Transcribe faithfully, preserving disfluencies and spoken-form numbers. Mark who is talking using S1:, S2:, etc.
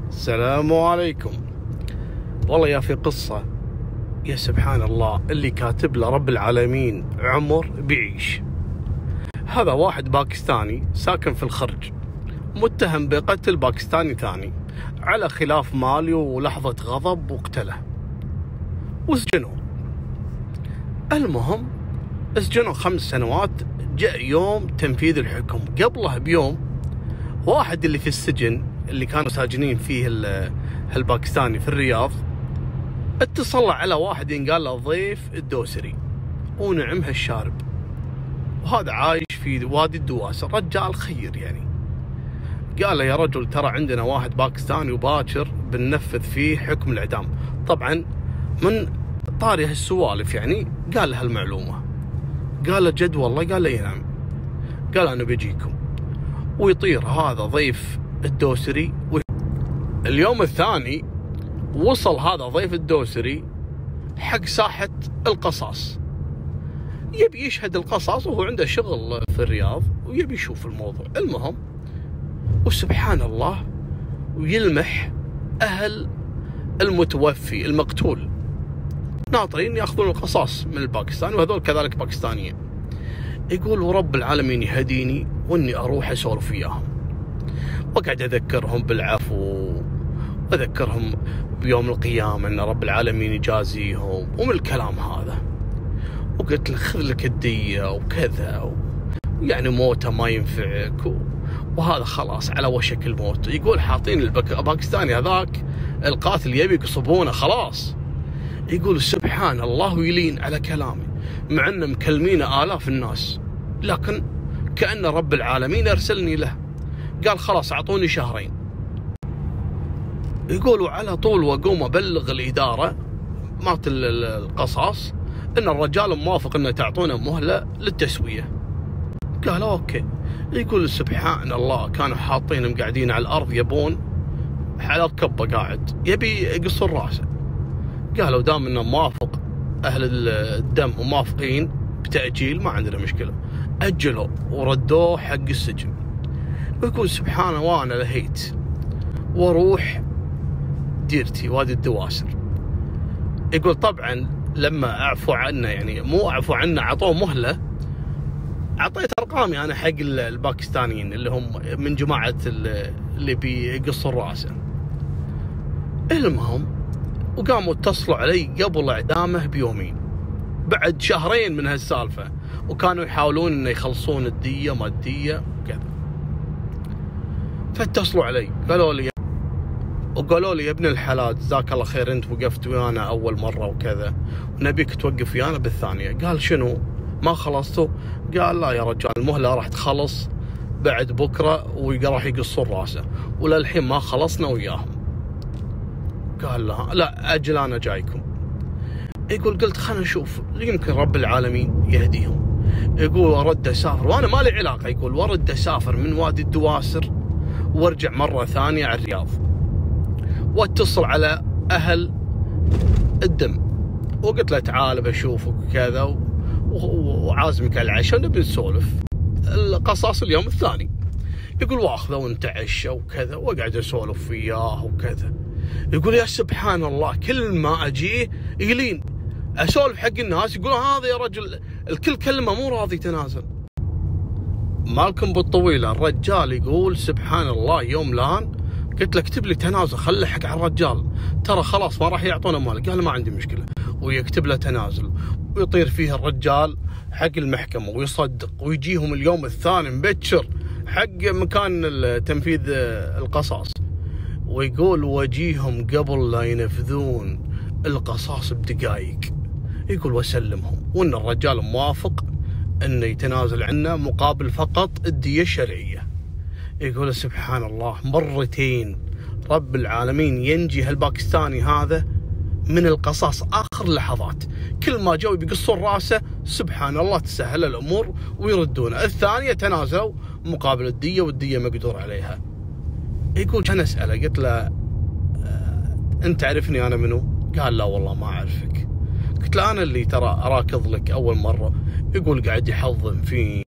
S1: السلام عليكم. والله يا في قصة، يا سبحان الله اللي كاتب له رب العالمين عمر بيعيش. هذا واحد باكستاني ساكن في الخرج متهم بقتل باكستاني ثاني على خلاف مالي ولحظة غضب واقتله وسجنوه. المهم اسجنوا خمس سنوات. جاء يوم تنفيذ الحكم، قبله بيوم واحد اللي في السجن اللي كانوا ساجنين فيه هالباكستاني في الرياض اتصل على واحد ينقال له ضيف الدوسري ونعم هالشارب، وهذا عايش في وادي الدواسر، رجال خير يعني. قال له يا رجل ترى عندنا واحد باكستاني وباكر بننفذ فيه حكم الإعدام. طبعا من طاري هالسوالف يعني قال له هالمعلومة. قال له جد والله؟ قال له نعم. قال أنا بيجيكم. ويطير هذا ضيف الدوسري. اليوم الثاني وصل هذا ضيف الدوسري حق ساحة القصاص، يبي يشهد القصاص وهو عنده شغل في الرياض ويبي يشوف الموضوع. المهم وسبحان الله ويلمح أهل المتوفي المقتول ناطرين يأخذون القصاص من الباكستاني، وهذول كذلك باكستانيين. يقول ورب العالمين يهديني واني اروح اسولف وياهم، وقعد اذكرهم بالعفو واذكرهم بيوم القيامه ان رب العالمين يجازيهم ومن الكلام هذا. وقلت له خذ لك الديه وكذا و... يعني موته ما ينفعك و... وهذا خلاص على وشك الموت. يقول حاطين الباكستاني هذاك القاتل يبي يقصبونه خلاص. يقول سبحان الله ويلين على كلامي مع ان مكلمين آلاف الناس، لكن كأن رب العالمين أرسلني له. قال خلاص أعطوني شهرين. يقولوا على طول وقوم أبلغ الإدارة مالت القصاص إن الرجال موافق إنه تعطونه مهلة للتسوية. قالوا أوكي. يقول سبحان الله كانوا حاطينهم قاعدين على الأرض يبون على كبة قاعد يبي يقصر راسه. قالوا دام إنه موافق أهل الدم وموافقين بتأجيل ما عندنا مشكلة. أجلوا وردوه حق السجن. ويقول سبحان الله وأنا لهيت واروح ديرتي وادي الدواسر. يقول طبعا لما أعفو عنه يعني مو أعفو عنه عطوه مهلة، أعطيت أرقامي أنا حق الباكستانيين اللي هم من جماعة اللي بيقصوا راسه. المهم وقاموا اتصلوا علي قبل إعدامه بيومين بعد شهرين من هالسالفة، وكانوا يحاولون إنه يخلصون الدية ما الدية وكذا. فاتصلوا علي قالوا لي وقالوا لي يا ابن الحلال جزاك الله خير أنت وقفت ويانا أول مرة وكذا ونبيك توقف ويانا بالثانية. قال شنو ما خلصتوا؟ قال لا يا رجال المهلة راح تخلص بعد بكرة وراح يقصون راسه وللحين ما خلصنا وياهم. قال لا لا أجل أنا جايكم. يقول قلت خلنا نشوف يمكن رب العالمين يهديهم. يقول ورد أسافر وأنا ما لي علاقة. يقول ورد أسافر من وادي الدواسر وارجع مرة ثانية على الرياض واتصل على أهل الدم وقلت له تعال بشوفك وكذا وعازمك على العشاء نبي نسولف القصاص اليوم الثاني. يقول واخذه ونتعشى وكذا وقعد اسولف وياه وكذا. يقول يا سبحان الله كل ما اجيه يلين اسولف حق الناس يقول هذا يا رجل الكل كلمه مو راضي يتنازل. مالكم بالطويله الرجال يقول سبحان الله يوم لان قلت له اكتب لي تنازل خلي حق على الرجال ترى خلاص ما راح يعطونا مال. قال ما عندي مشكله ويكتب له تنازل ويطير فيه الرجال حق المحكمه ويصدق ويجيهم اليوم الثاني مبكر حق مكان تنفيذ القصاص. ويقول وجيهم قبل لا ينفذون القصاص بدقائق. يقول وسلمهم وان الرجال موافق انه يتنازل عنه مقابل فقط الدية الشرعية. يقول سبحان الله مرتين رب العالمين ينجي هالباكستاني هذا من القصاص آخر لحظات. كل ما جو بيقصون راسه سبحان الله تسهل الأمور ويردونه. الثانية تنازلوا مقابل الدية والدية مقدور عليها. يقول كان أسأله قلت له أنت تعرفني أنا منو؟ قال لا والله ما أعرفك. قلت له أنا اللي ترى أراكض لك أول مرة. يقول قاعد يحظم فيه